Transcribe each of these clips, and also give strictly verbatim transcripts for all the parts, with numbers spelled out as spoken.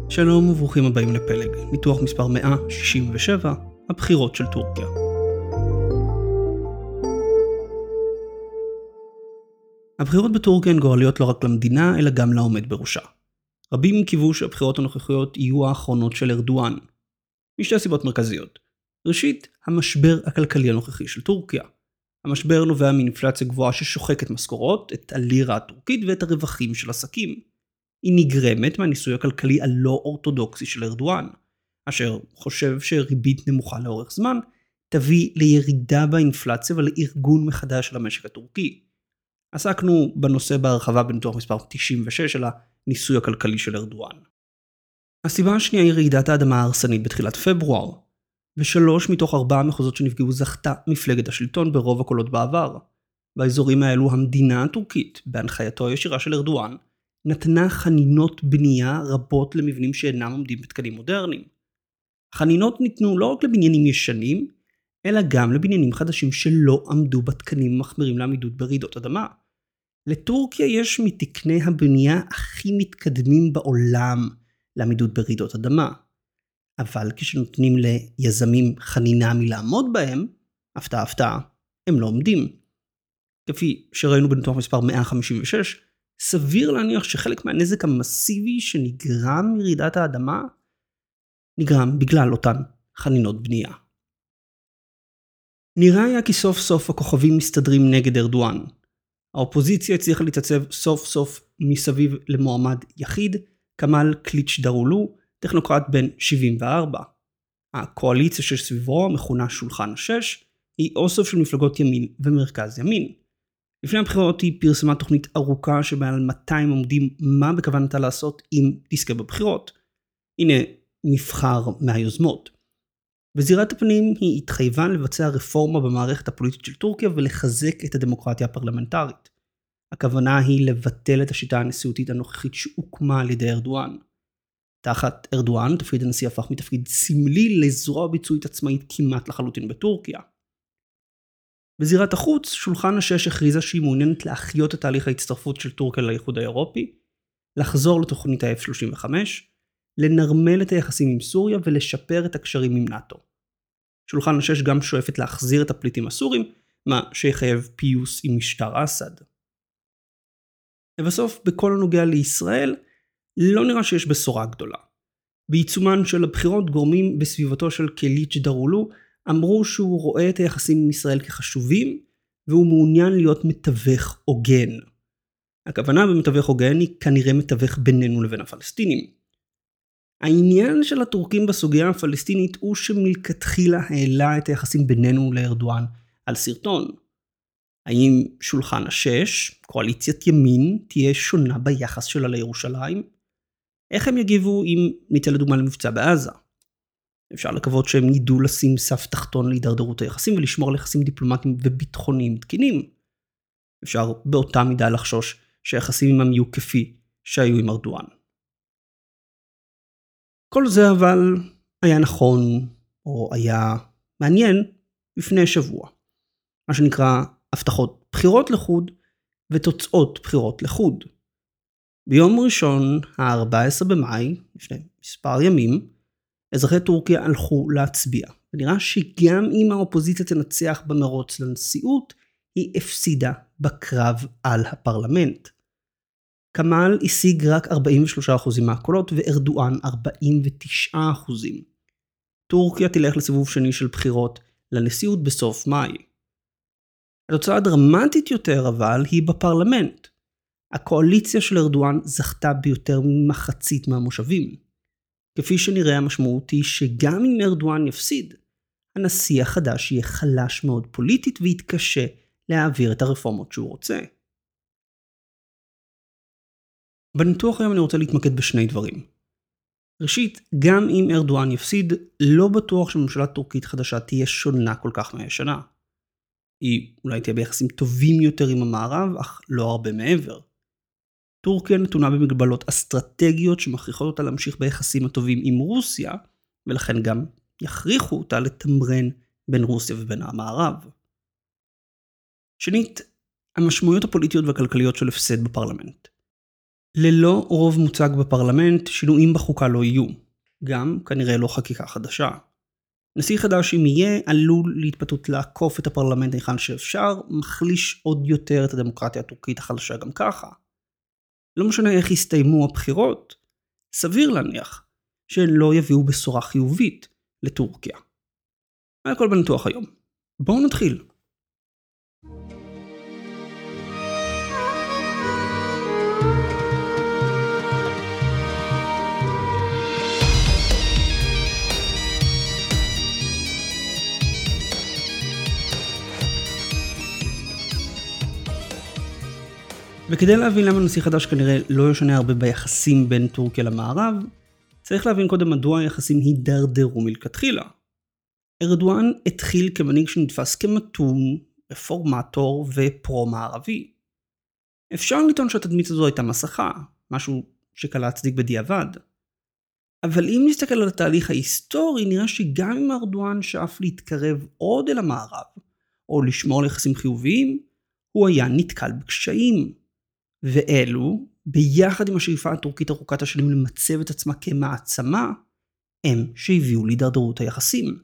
שלום וברוכים הבאים לפלג, ניתוח מספר מאה שישים ושבע, הבחירות של טורקיה. הבחירות בטורקיה הן גורליות לא רק למדינה, אלא גם לעומד בראשה. רבים קיוו שהבחירות הנוכחיות יהיו האחרונות של ארדואן. משתי סיבות מרכזיות. ראשית, המשבר הכלכלי הנוכחי של טורקיה. המשבר נובע מאינפלציה גבוהה ששוחקת משכורות, את הלירה הטורקית ואת הרווחים של עסקים. היא נגרמת מהניסוי הכלכלי הלא אורתודוקסי של ארדואן, אשר חושב שריבית נמוכה לאורך זמן תביא לירידה באינפלציה ולארגון מחדש של המשק הטורקי. עסקנו בנושא בהרחבה בניתוח מספר תשעים ושש של הניסוי הכלכלי של ארדואן. הסיבה השנייה היא רעידת האדמה ההרסנית בתחילת פברואר. בשלוש מתוך ארבעה מחוזות שנפגעו זכתה מפלגת השלטון ברוב הקולות בעבר. באזורים האלו המדינה הטורקית, בהנחייתו הישירה של ארדואן, נתנה חנינות בנייה רבות למבנים שאינם עומדים בתקנים מודרניים. חנינות ניתנו לא רק לבניינים ישנים, אלא גם לבניינים חדשים שלא עמדו בתקנים המחמירים לעמידות ברעידות אדמה. לטורקיה יש מתקני הבנייה הכי מתקדמים בעולם לעמידות ברעידות אדמה. אבל כשנותנים ליזמים חנינה מלעמוד בהם, הפתעה הפתעה, הם לא עומדים. כפי שראינו בניתוח מספר מאה חמישים ושש, סביר להניח שחלק מהנזק המסיבי שנגרם מרעידת האדמה, נגרם בגלל אותן חנינות בנייה. נראה היה כי סוף סוף הכוכבים מסתדרים נגד ארדואן. האופוזיציה הצליחה להתעצב סוף סוף מסביב למועמד יחיד, כמאל קליצ'דארוגלו, טכנוקרט בן שבעים וארבע. הקואליציה שסביבו, המכונה שולחן השש, היא אוסף של מפלגות ימין ומרכז ימין. לפני הבחירות היא פרסמה תוכנית ארוכה שבעל מאתיים עמודים מה בכוונתה לעשות אם תזכה בבחירות. הנה מבחר מהיוזמות. בזירת הפנים היא התחייבה לבצע רפורמה במערכת הפוליטית של טורקיה ולחזק את הדמוקרטיה הפרלמנטרית. הכוונה היא לבטל את השיטה הנשיאותית הנוכחית שהוקמה על ידי ארדואן. תחת ארדואן תפקיד הנשיא הפך מתפקיד סמלי לזרוע ביצועית עצמאית כמעט לחלוטין בטורקיה. בזירת החוץ, שולחן השש הכריזה שהיא מעוניינת להחיות את תהליך ההצטרפות של טורקיה לאיחוד האירופי, לחזור לתוכנית ה-אף שלושים וחמש, לנרמל את היחסים עם סוריה ולשפר את הקשרים עם נאטו. שולחן השש גם שואפת להחזיר את הפליטים הסורים, מה שיחייב פיוס עם משטר אסד. ובסוף, בכל הנוגע לישראל, לא נראה שיש בשורה גדולה. בעיצומן של הבחירות גורמים בסביבתו של קליצ'דארוגלו אמרו שהוא רואה את היחסים עם ישראל כחשובים, והוא מעוניין להיות מתווך הוגן. הכוונה במתווך הוגן היא כנראה מתווך בינינו לבין הפלסטינים. העניין של הטורקים בסוגיה הפלסטינית הוא שמלכתחילה העלה את היחסים בינינו לארדואן על סרטון. האם שולחן השש, קואליציית ימין, תהיה שונה ביחס שלה לירושלים? איך הם יגיבו אם ניתן לדוגמה למבצע בעזה? אפשר לקוות שהם ידעו לשים סף תחתון להידרדרות היחסים ולשמור על יחסים דיפלומטיים וביטחוניים תקינים. אפשר באותה מידה לחשוש שהיחסים עמם יהיו כפי שהיו עם ארדואן. כל זה אבל היה נכון או היה מעניין לפני שבוע. מה שנקרא הבטחות בחירות לחוד ותוצאות בחירות לחוד. ביום ראשון, ה-ארבעה עשר במאי, לפני מספר ימים, אזרחי טורקיה הלכו להצביע. ונראה שגם אם האופוזיציה תנצח במרוץ לנשיאות, היא הפסידה בקרב על הפרלמנט. כמאל השיג רק ארבעים ושלושה אחוז מהקולות וארדואן ארבעים ותשעה אחוז. טורקיה תלך לסיבוב שני של בחירות לנשיאות בסוף מאי. התוצאה הדרמטית יותר אבל היא בפרלמנט. הקואליציה של ארדואן זכתה ביותר ממחצית מהמושבים. כפי שנראה המשמעות היא שגם אם ארדואן יפסיד, הנשיא החדש יהיה חלש מאוד פוליטית ויתקשה להעביר את הרפורמות שהוא רוצה. בניתוח היום אני רוצה להתמקד בשני דברים. ראשית, גם אם ארדואן יפסיד, לא בטוח שממשלה טורקית חדשה תהיה שונה כל כך מהישנה. היא אולי תהיה ביחסים טובים יותר עם המערב, אך לא הרבה מעבר. טורקיה נתונה במגבלות אסטרטגיות שמכריחות אותה להמשיך ביחסים הטובים עם רוסיה, ולכן גם יכריחו אותה לתמרן בין רוסיה ובין המערב. שנית, המשמעויות הפוליטיות והכלכליות של הפסד בפרלמנט. ללא רוב מוצג בפרלמנט, שינויים בחוקה לא יהיו. גם כנראה לא חקיקה חדשה. נשיא חדש אם יהיה עלול להתפתות לעקוף את הפרלמנט היכן שאפשר, מחליש עוד יותר את הדמוקרטיה הטורקית החלשה גם ככה. לא משנה איך יסתיימו הבחירות, סביר להניח שהן לא יביאו בשורה חיובית לטורקיה. מה הכל בניתוח היום? בואו נתחיל. וכדי להבין למה נשיא חדש כנראה לא ישנה הרבה ביחסים בין טורקיה למערב, צריך להבין קודם מדוע היחסים הידרדרו מלכתחילה. ארדואן התחיל כמנהיג שנתפס כמתון, רפורמטור ופרו-מערבי. אפשר לטעון שהתדמית הזו הייתה מסכה, משהו שקל להצדיק בדיעבד. אבל אם נסתכל על התהליך ההיסטורי, נראה שגם אם ארדואן שאף להתקרב עוד אל המערב, או לשמור על יחסים חיוביים, הוא היה נתקל בקשיים. ואלו, ביחד עם השאיפה הטורקית ארוכת השנים למצב את עצמה כמעצמה, הם שהביאו להידרדרות היחסים.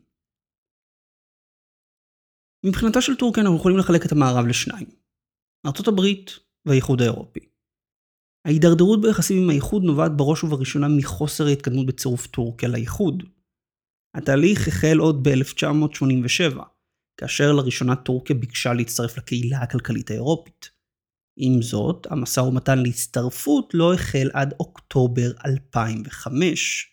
מבחינתה של טורקיה אנחנו יכולים לחלק את המערב לשניים, ארצות הברית והאיחוד האירופי. ההידרדרות ביחסים עם האיחוד נובעת בראש ובראשונה מחוסר ההתקדמות בצירוף טורקיה לאיחוד. התהליך החל עוד ב-אלף תשע מאות שמונים ושבע, כאשר לראשונה טורקיה ביקשה להצטרף לקהילה הכלכלית האירופית. עם זאת, המשא ומתן להצטרפות לא החל עד אוקטובר אלפיים וחמש.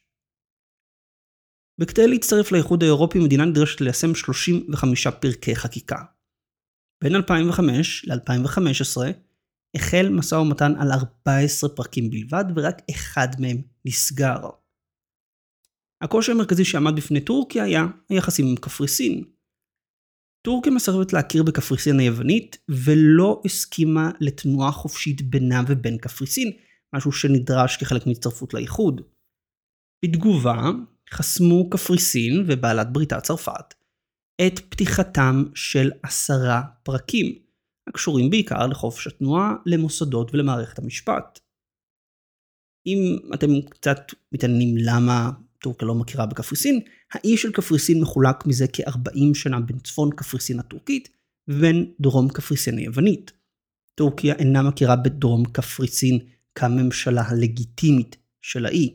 וכדי להצטרף לאיחוד האירופי, מדינה נדרשת ליישם שלושים וחמישה פרקי חקיקה. בין אלפיים וחמש ל-אלפיים וחמש עשרה החל משא ומתן על ארבעה עשר פרקים בלבד, ורק אחד מהם נסגר. הקושי המרכזי שעמד בפני טורקיה היה היחסים עם קפריסין. טורקיה מסרבת להכיר בקפריסין היוונית, ולא הסכימה לתנועה חופשית בינה ובין קפריסין, משהו שנדרש כחלק מהצטרפות לאיחוד. בתגובה, חסמו קפריסין ובעלת בריתה צרפת את פתיחתם של עשרה פרקים, הקשורים בעיקר לחופש התנועה, למוסדות ולמערכת המשפט. אם אתם קצת מתעניינים למה טורקיה לא מכירה בקפריסין, האי של קפריסין מחולק מזה כ-ארבעים שנה בין צפון קפריסין הטורקית ובין דרום קפריסין היוונית. טורקיה אינה מכירה בדרום קפריסין כממשלה הלגיטימית של האי.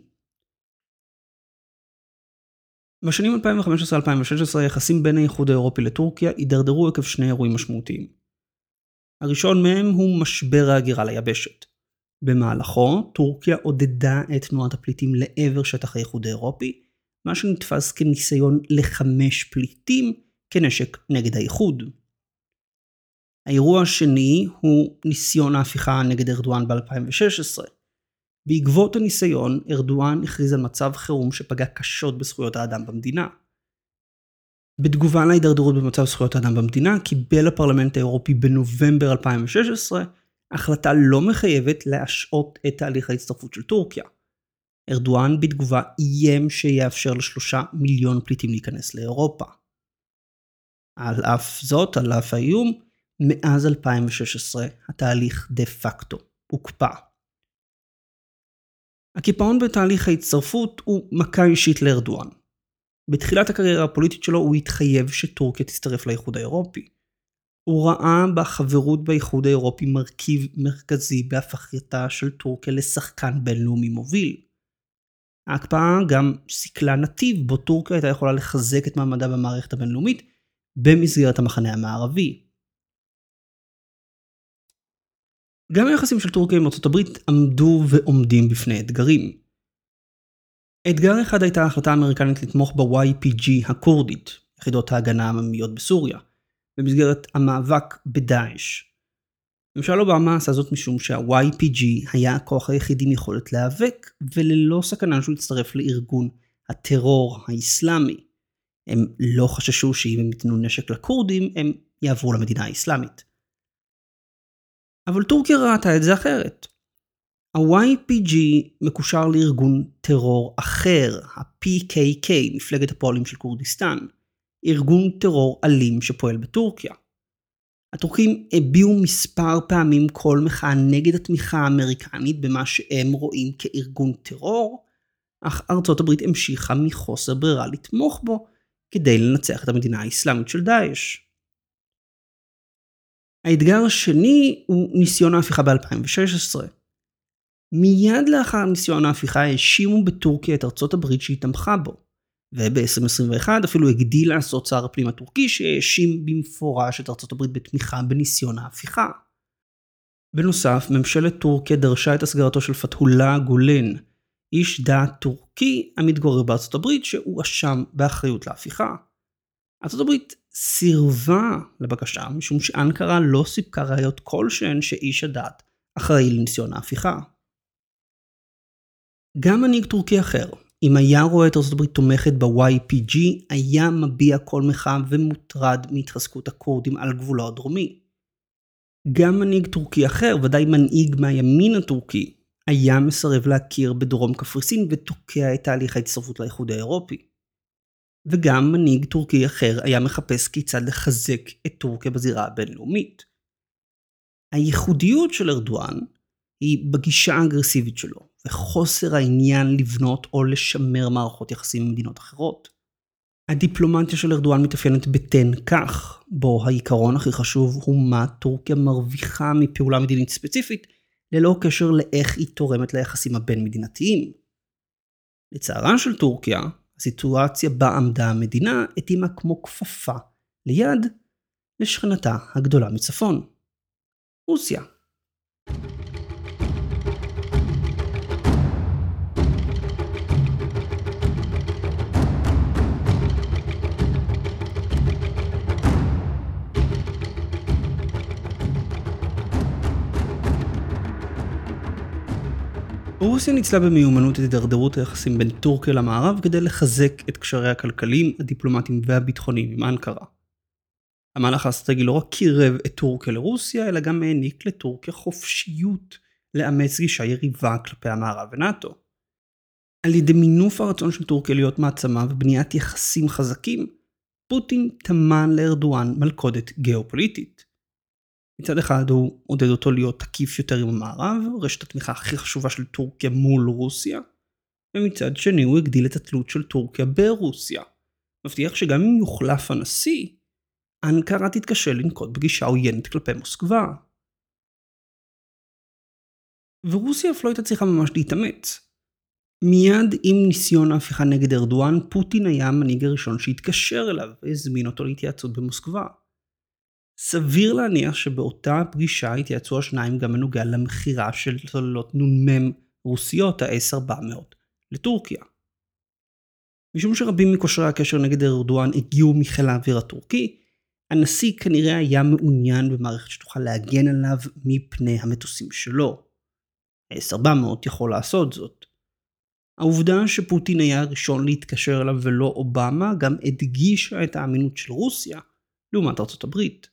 בשנים אלפיים וחמש עשרה עד אלפיים ושש עשרה היחסים בין האיחוד האירופי לטורקיה הידרדרו עקב שני אירועים משמעותיים. הראשון מהם הוא משבר ההגירה ליבשת. במהלכו, טורקיה עודדה את תנועת הפליטים לעבר שטח האיחוד האירופי, מה שנתפס כניסיון לחמש פליטים כנשק נגד האיחוד. האירוע השני הוא ניסיון ההפיכה נגד ארדואן ב-אלפיים ושש עשרה. בעקבות הניסיון, ארדואן הכריז על מצב חירום שפגע קשות בזכויות האדם במדינה. בתגובה להידרדרות במצב זכויות האדם במדינה, קיבל הפרלמנט האירופי בנובמבר אלפיים ושש עשרה החלטה לא מחייבת להשעות את תהליך ההצטרפות של טורקיה. ארדואן בתגובה איים שיאפשר לשלושה מיליון פליטים להיכנס לאירופה. על אף זאת, על אף האיום, מאז אלפיים ושש עשרה התהליך דה פקטו הוקפא. הקיפאון בתהליך ההצטרפות הוא מכה אישית לארדואן. בתחילת הקריירה הפוליטית שלו הוא התחייב שטורקיה תצטרף לאיחוד האירופי. הוא ראה בחברות באיחוד האירופי מרכיב מרכזי בהפכתה של טורקיה לשחקן בינלאומי מוביל. ההקפאה גם סיכלה נתיב בו טורקיה הייתה יכולה לחזק את מעמדה במערכת הבינלאומית במסגרת המחנה המערבי. גם היחסים של טורקיה עם ארצות הברית עמדו ועומדים בפני אתגרים. אתגר אחד הייתה ההחלטה האמריקנית לתמוך ב-וואי פי ג'י הקורדית, יחידות ההגנה העממיות בסוריה, במסגרת המאבק בדאעש. ממשל אובמה עשה זאת משום שה-וואי פי ג'י היה הכוח היחיד עם יכולת להיאבק, וללא סכנה שהוא יצטרף לארגון הטרור האסלאמי. הם לא חששו שאם הם יתנו נשק לקורדים, הם יעברו למדינה האסלאמית. אבל טורקיה ראתה את זה אחרת. ה-וואי פי ג'י מקושר לארגון טרור אחר, ה-פי קיי קיי, מפלגת הפועלים של קורדיסטן, ארגון טרור אלים שפועל בטורקיה. הטורקים הביעו מספר פעמים כל מחאה נגד התמיכה האמריקנית במה שהם רואים כארגון טרור, אך ארצות הברית המשיכה מחוסר ברירה לתמוך בו כדי לנצח את המדינה האסלאמית של דאעש. האתגר השני הוא ניסיון ההפיכה ב-אלפיים ושש עשרה. מיד לאחר ניסיון ההפיכה האשימו בטורקיה את ארצות הברית שהיא תמכה בו, וב-עשרים עשרים ואחת אפילו הגדיל לעשות שר הפנים הטורקי שהאשים במפורש את ארצות הברית בתמיכה בניסיון ההפיכה. בנוסף, ממשלת טורקיה דרשה את הסגרתו של פתחולlah גולן, איש דעת טורקי המתגורר בארצות הברית שהואשם באחריות להפיכה. ארצות הברית סירבה לבקשה משום שאנקרה לא סיפקה ראיות כלשהן שאיש הדת אחראי לניסיון ההפיכה. גם מנהיג טורקי אחר, אם היה רואה את ארצות הברית תומכת ב-וואי פי ג'י, היה מביע כל מחאה ומוטרד מהתחזקות הכורדים על גבולו הדרומי. גם מנהיג טורקי אחר, ודאי מנהיג מהימין הטורקי, היה מסרב להכיר בדרום קפריסין ותוקע את תהליך ההצטרפות לאיחוד האירופי. וגם מנהיג טורקי אחר היה מחפש כיצד לחזק את טורקיה בזירה הבינלאומית. הייחודיות של ארדואן היא בגישה האגרסיבית שלו, וחוסר העניין לבנות או לשמר מערכות יחסים עם מדינות אחרות. הדיפלומטיה של ארדואן מתאפיינת בתן כך, בו העיקרון הכי חשוב הוא מה טורקיה מרוויחה מפעולה מדינית ספציפית, ללא קשר לאיך היא תורמת ליחסים הבין מדינתיים. לצערה של טורקיה, הסיטואציה בה עמדה המדינה התאימה כמו כפפה ליד לשכנתה הגדולה מצפון, רוסיה. רוסיה ניצלה במיומנות את הידרדרות היחסים בין טורקיה למערב כדי לחזק את קשריה הכלכליים, הדיפלומטיים והביטחוניים עם אנקרה. המהלך האסטרטגי לא רק קירב את טורקיה לרוסיה, אלא גם העניק לטורקיה חופשיות לאמץ גישה יריבה כלפי המערב ונאטו. על ידי מינוף הרצון של טורקיה להיות מעצמה ובניית יחסים חזקים, פוטין טמן לארדואן מלכודת גיאופוליטית. מצד אחד הוא עודד אותו להיות תקיף יותר עם המערב, רשת התמיכה הכי חשובה של טורקיה מול רוסיה, ומצד שני הוא הגדיל את התלות של טורקיה ברוסיה, מבטיח שגם אם יוחלף הנשיא, אנקרה תתקשה לנקוט בגישה עוינת כלפי מוסקבה. ורוסיה אף לא הייתה צריכה ממש להתאמץ. מיד עם ניסיון ההפיכה נגד ארדואן, פוטין היה המנהיג הראשון שהתקשר אליו והזמין אותו להתייעצות במוסקבה. סביר להניח שבאותה פגישה התייעצו השניים גם בנוגע למחירה של צוללות נ"מ רוסיות ה-אס ארבע מאות לטורקיה. משום שרבים מקושרי הקשר נגד ארדואן הגיעו מחיל האוויר הטורקי, הנשיא כנראה היה מעוניין במערכת שתוכל להגן עליו מפני המטוסים שלו. ה-אס ארבע מאות יכול לעשות זאת. העובדה שפוטין היה הראשון להתקשר אליו ולא אובמה גם הדגישה את האמינות של רוסיה לעומת ארצות הברית.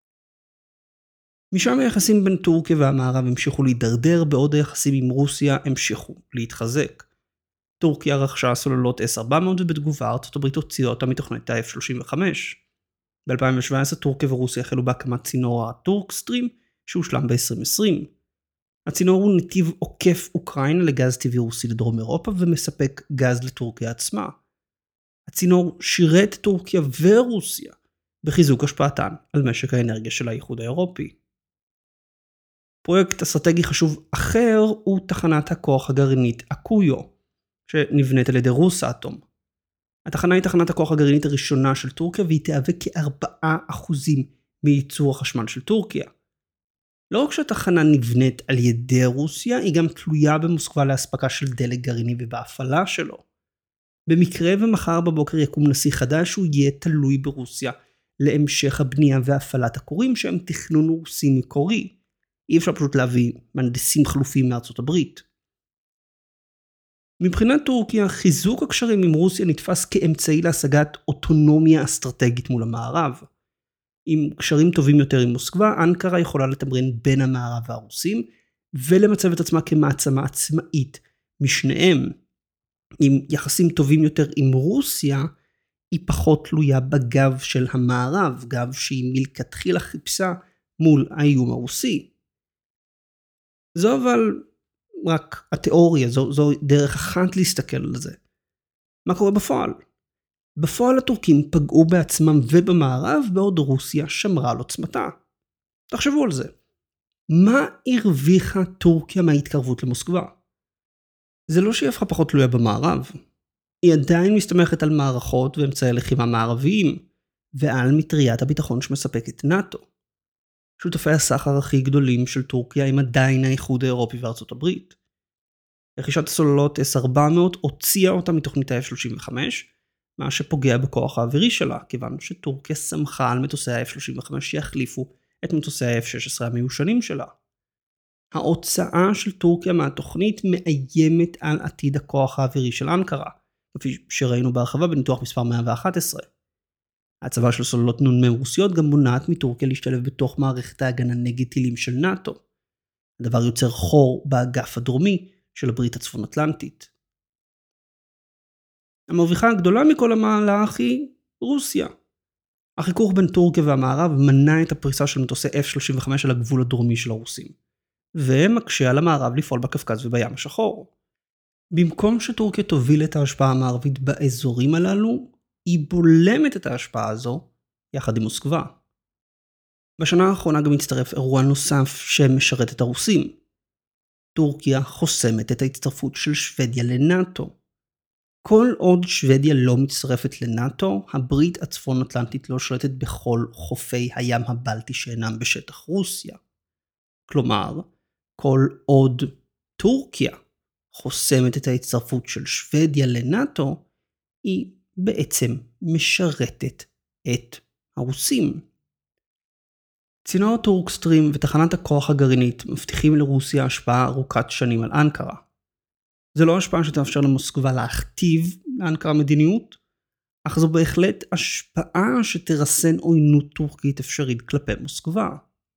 משם היחסים בין טורקיה והמערב המשיכו להידרדר, בעוד היחסים עם רוסיה המשיכו להתחזק. טורקיה רכשה סוללות אס ארבע מאות ובתגובה ארצות הברית הוציאה אותה מתוכנית ה-אף שלושים וחמש. ב-אלפיים שבע עשרה טורקיה ורוסיה החלו בהקמת צינור הטורקסטרים שהושלם ב-עשרים עשרים. הצינור הוא נתיב עוקף אוקראינה לגז טבעי רוסי לדרום אירופה ומספק גז לטורקיה עצמה. הצינור שירת טורקיה ורוסיה בחיזוק השפעתן על משק האנרגיה של האיחוד האירופי. פרויקט אסטרטגי חשוב אחר הוא תחנת הכוח הגרעינית אקויו, שנבנית על ידי רוסאטום. התחנה היא תחנת הכוח הגרעינית הראשונה של טורקיה, והיא תהווה כ-ארבעה אחוזים מייצור החשמל של טורקיה. לא רק שהתחנה נבנית על ידי רוסיה, היא גם תלויה במוסקבה להספקה של דלק גרעיני ובהפעלה שלו. במקרה ומחר בבוקר יקום נשיא חדש, הוא יהיה תלוי ברוסיה להמשך הבנייה והפעלת הכורים שהם תכנון רוסי מקורי. אי אפשר פשוט להביא מהנדסים חלופים מארצות הברית. מבחינת טורקיה, חיזוק הקשרים עם רוסיה נתפס כאמצעי להשגת אוטונומיה אסטרטגית מול המערב. עם קשרים טובים יותר עם מוסקבה, אנקרה יכולה לתמרן בין המערב והרוסים, ולמצב את עצמה כמעצמה עצמאית משניהם. עם יחסים טובים יותר עם רוסיה, היא פחות תלויה בגב של המערב, גב שהיא מלכתחילה חיפשה מול האיום הרוסי. זו אבל רק התיאוריה, זו, זו דרך אחת להסתכל על זה. מה קורה בפועל? בפועל הטורקים פגעו בעצמם ובמערב בעוד רוסיה שמרה על עוצמתה. תחשבו על זה. מה הרוויחה טורקיה מההתקרבות למוסקבה? זה לא שהיא הפכה פחות תלויה במערב. היא עדיין מסתמכת על מערכות ואמצעי לחימה מערביים, ועל מטריית הביטחון שמספקת נאטו. שותפי הסחר הכי גדולים של טורקיה הם עדיין האיחוד האירופי וארצות הברית. רכישת הסוללות אס ארבע מאות הוציאה אותה מתוכנית ה-אף שלושים וחמש, מה שפוגע בכוח האווירי שלה, כיוון שטורקיה סמכה על מטוסי ה-אף שלושים וחמש שיחליפו את מטוסי ה-אף שש עשרה המיושנים שלה. ההוצאה של טורקיה מהתוכנית מאיימת על עתיד הכוח האווירי של אנקרה, כפי שראינו בהרחבה בניתוח מספר מאה ואחת עשרה. הצבה של סוללות נ"מ רוסיות גם מונעת מטורקיה להשתלב בתוך מערכת ההגנה נגד טילים של נאטו. הדבר יוצר חור באגף הדרומי של הברית הצפון אטלנטית. המרוויחה הגדולה מכל המהלך היא רוסיה. החיכוך בין טורקיה והמערב מנע את הפריסה של מטוסי אף שלושים וחמש על הגבול הדרומי של הרוסים, ומקשה על המערב לפעול בקווקז ובים השחור. במקום שטורקיה תוביל את ההשפעה המערבית באזורים הללו, היא בולמת את ההשפעה הזו יחד עם מוסקבה. בשנה האחרונה גם הצטרף אירוע נוסף שמשרת את הרוסים. טורקיה חוסמת את ההצטרפות של שוודיה לנאטו. כל עוד שוודיה לא מצטרפת לנאטו, הברית הצפון אטלנטית לא שולטת בכל חופי הים הבלטי שאינם בשטח רוסיה. כלומר, כל עוד טורקיה חוסמת את ההצטרפות של שוודיה לנאטו, היא בעצם משרתת את הרוסים. צינור טורקסטרים ותחנת הכוח הגרעינית מבטיחים לרוסיה השפעה ארוכת שנים על אנקרה. זה לא השפעה שתאפשר למוסקבה להכתיב לאנקרה מדיניות, אך זו בהחלט השפעה שתרסן עוינות טורקית אפשרית כלפי מוסקבה.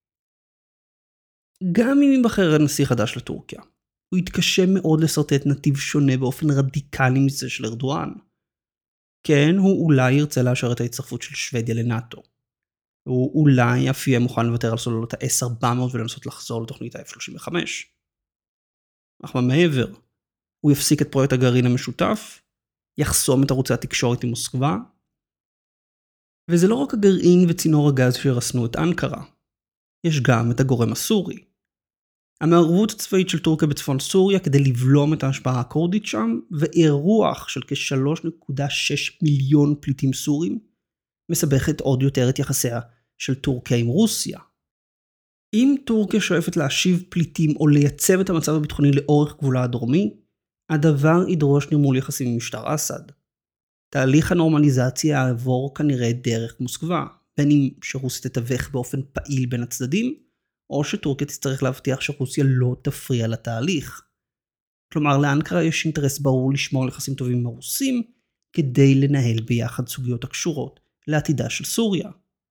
גם אם ייבחר נשיא חדש לטורקיה, הוא יתקשה מאוד לסרטט נתיב שונה באופן רדיקלי מזה של ארדואן. כן, הוא אולי ירצה לאשר את ההצטרפות של שוודיה לנאטו. הוא אולי אף יהיה מוכן לוותר על סוללות ה-אס ארבע מאות ולנסות לחזור לתוכנית ה-אף שלושים וחמש. אך מה מעבר? הוא יפסיק את פרויקט הגרעין המשותף, יחסום את ערוצי התקשורת עם מוסקבה, וזה לא רק הגרעין וצינור הגז שירסנו את אנקרה, יש גם את הגורם הסורי. המעורבות הצבאית של טורקיה בצפון סוריה כדי לבלום את ההשפעה הקורדית שם, ואירוח של כ-שלוש נקודה שש מיליון פליטים סורים, מסבכת עוד יותר את יחסיה של טורקיה עם רוסיה. אם טורקיה שואפת להשיב פליטים או לייצב את המצב הביטחוני לאורך גבולה הדרומי, הדבר ידרוש נרמול יחסים עם משטר אסד. תהליך הנורמליזציה יעבור כנראה דרך מוסקבה, בין אם שרוסיה תתווך באופן פעיל בין הצדדים, או שטורקיה תצטרך להבטיח שרוסיה לא תפריע לתהליך. כלומר, לאנקרה יש אינטרס ברור לשמור על יחסים טובים עם הרוסים, כדי לנהל ביחד סוגיות הקשורות לעתידה של סוריה.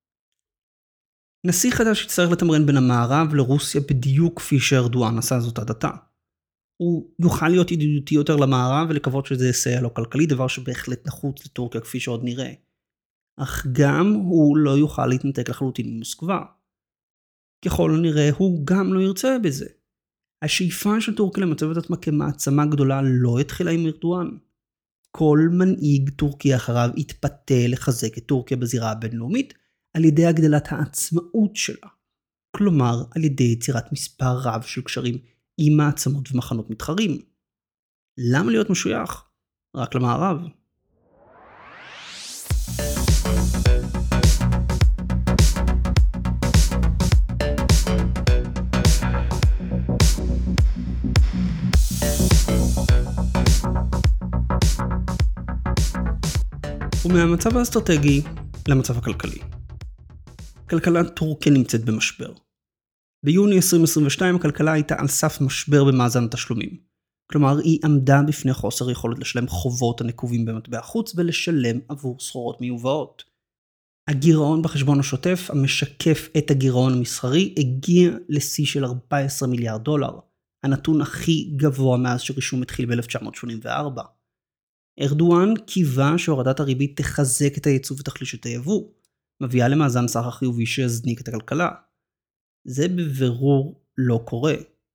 נשיא חדש יצטרך לתמרן בין המערב לרוסיה בדיוק כפי שארדואן עשה זאת עד עתה. הוא יוכל להיות ידידותי יותר למערב ולקוות שזה יסייע לו כלכלי, דבר שבהחלט נחוץ לטורקיה כפי שעוד נראה. אך גם הוא לא יוכל להתנתק לחלוטין ממוסקבה. ככל הנראה הוא גם לא ירצה בזה. השאיפה של טורקיה למצב את עצמה כמעצמה גדולה לא התחילה עם ארדואן. כל מנהיג טורקי אחריו התפתה לחזק את טורקיה בזירה הבינלאומית על ידי הגדלת העצמאות שלה. כלומר, על ידי יצירת מספר רב של קשרים עם מעצמות ומחנות מתחרים. למה להיות משוייך? רק למערב. ומהמצב האסטרטגי למצב הכלכלי. כלכלת טורקיה נמצאת במשבר. ביוני עשרים עשרים ושתיים הכלכלה הייתה על סף משבר במאזן התשלומים. כלומר, היא עמדה בפני חוסר יכולת לשלם חובות הנקובים במטבע חוץ ולשלם עבור סחורות מיובאות. הגירעון בחשבון השוטף המשקף את הגירעון המסחרי הגיע לשיא של ארבעה עשר מיליארד דולר, הנתון הכי גבוה מאז שרישום התחיל ב-אלף תשע מאות שמונים וארבע. ארדואן קיווה שהורדת הריבית תחזק את הייצוא ותחליש את היבוא, מביאה למאזן סחר חיובי שיזניק את הכלכלה. זה בבירור לא קורה.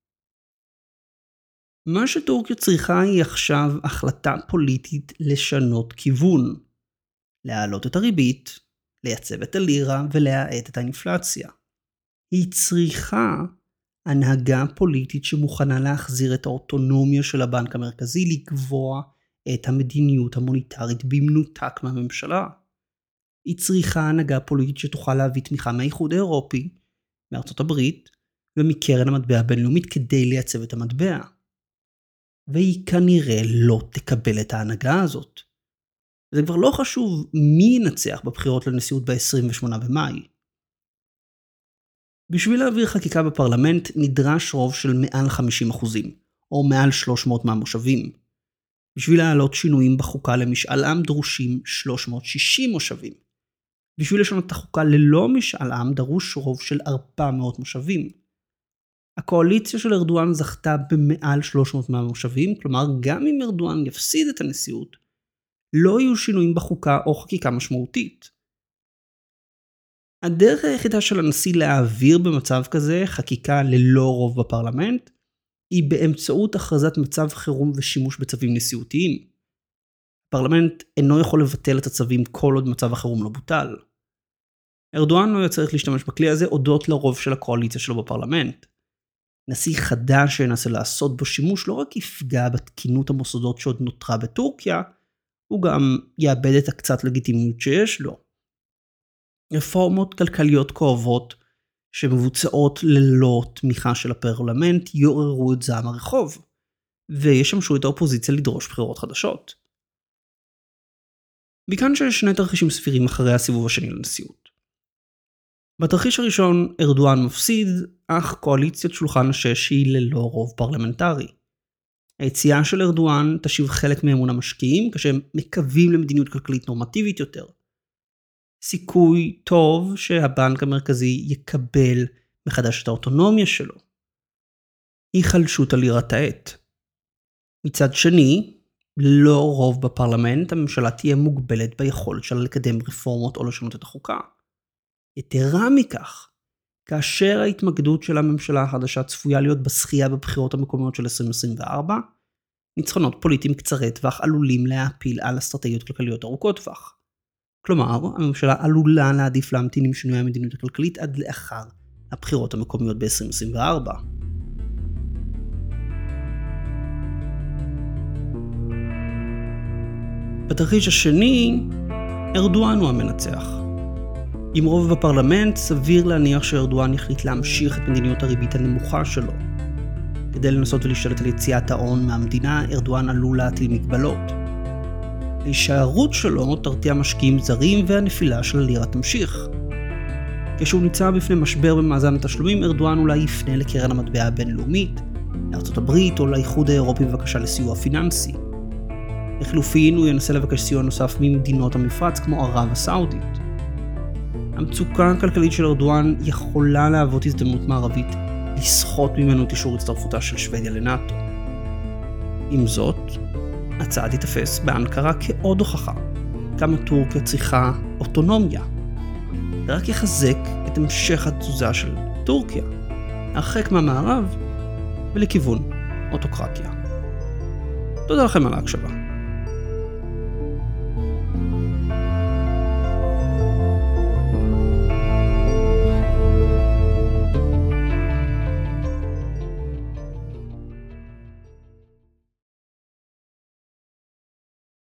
מה שטורקיה צריכה היא עכשיו החלטה פוליטית לשנות כיוון. להעלות את הריבית, לייצב את הלירה ולהאט את האינפלציה. היא צריכה הנהגה פוליטית שמוכנה להחזיר את האוטונומיה של הבנק המרכזי לקבוע את המדיניות המוניטרית במנותק מהממשלה. היא צריכה הנהגה פוליטית שתוכל להביא תמיכה מהאיחוד האירופי, מארצות הברית ומקרן המטבע הבינלאומית כדי לייצב את המטבע. והיא כנראה לא תקבל את ההנהגה הזאת. זה כבר לא חשוב מי ינצח בבחירות לנשיאות ב-עשרים ושמונה במאי. בשביל להעביר חקיקה בפרלמנט נדרש רוב של מעל חמישים אחוזים, או מעל שלוש מאות מהמושבים. בשביל להעלות שינויים בחוקה למשאל עם דרושים שלוש מאות ושישים מושבים. בשביל לשנות את החוקה ללא משאל עם דרוש רוב של ארבע מאות מושבים. הקואליציה של ארדואן זכתה במעל שלוש מאות מהמושבים, כלומר גם אם ארדואן יפסיד את הנשיאות, לא יהיו שינויים בחוקה או חקיקה משמעותית. הדרך היחידה של הנשיא להעביר במצב כזה חקיקה ללא רוב בפרלמנט, היא באמצעות הכרזת מצב חירום ושימוש בצווים נשיאותיים. הפרלמנט אינו יכול לבטל את הצווים כל עוד מצב החירום לא בוטל. ארדואן לא צריך להשתמש בכלי הזה הודות לרוב של הקואליציה שלו בפרלמנט. נשיא חדש שינסה לעשות בו שימוש לא רק יפגע בתקינות המוסדות שעוד נותרה בטורקיה, הוא גם יאבד את הקצת לגיטימיות שיש לו. רפורמות כלכליות כואבות שמבוצעות ללא תמיכה של הפרלמנט יעוררו את זעם הרחוב, וישמשו את האופוזיציה לדרוש בחירות חדשות. מכאן שיש שני תרחישים סבירים אחרי הסיבוב השני לנשיאות. בתרחיש הראשון ארדואן מפסיד, אך קואליציית שולחן השש היא ללא רוב פרלמנטרי. היציאה של ארדואן תשיב חלק מאמון המשקיעים כשהם מקווים למדיניות כלכלית נורמטיבית יותר. סיכוי טוב שהבנק המרכזי יקבל מחדש את האוטונומיה שלו. היחלשות הלירה תעט. מצד שני, לא רוב בפרלמנט הממשלה תהיה מוגבלת ביכולת שלה לקדם רפורמות או לשנות את החוקה. יתרה מכך, כאשר ההתמקדות של הממשלה החדשה צפויה להיות בשחייה בבחירות המקומיות של עשרים עשרים וארבע, ניצחונות פוליטיים קצרי טווח עלולים להפיל על אסטרטגיות כלכליות ארוכות טווח. כלומר, הממשלה עלולה להעדיף להמתין עם שינוי המדיניות הכלכלית עד לאחר הבחירות המקומיות ב-עשרים עשרים וארבע. בתרחיש השני, ארדואן הוא המנצח. עם רוב בפרלמנט, סביר להניח שארדואן יחליט להמשיך את מדיניות הריבית הנמוכה שלו. כדי לנסות ולהשתלט על יציאת ההון מהמדינה, ארדואן עלול להטיל מגבלות. ההישארות שלו תרתיע משקיעים זרים והנפילה של הלירה תמשיך. כשהוא ניצב בפני משבר במאזן התשלומים, ארדואן אולי יפנה לקרן המטבע הבינלאומית, לארצות הברית או לאיחוד האירופי בבקשה לסיוע פיננסי. לחלופין הוא ינסה לבקש סיוע נוסף ממדינות המפרץ כמו ערב הסעודית. המצוקה הכלכלית של ארדואן יכולה להוות הזדמנות מערבית לסחוט ממנו את אישור הצטרפותה של שוודיה לנאטו. עם זאת, הצעד יתפס באנקרה כעוד הוכחה כמה טורקיה צריכה אוטונומיה. זה רק יחזק את המשך התזוזה של טורקיה, הרחק מהמערב ולכיוון אוטוקרטיה. תודה לכם על ההקשבה.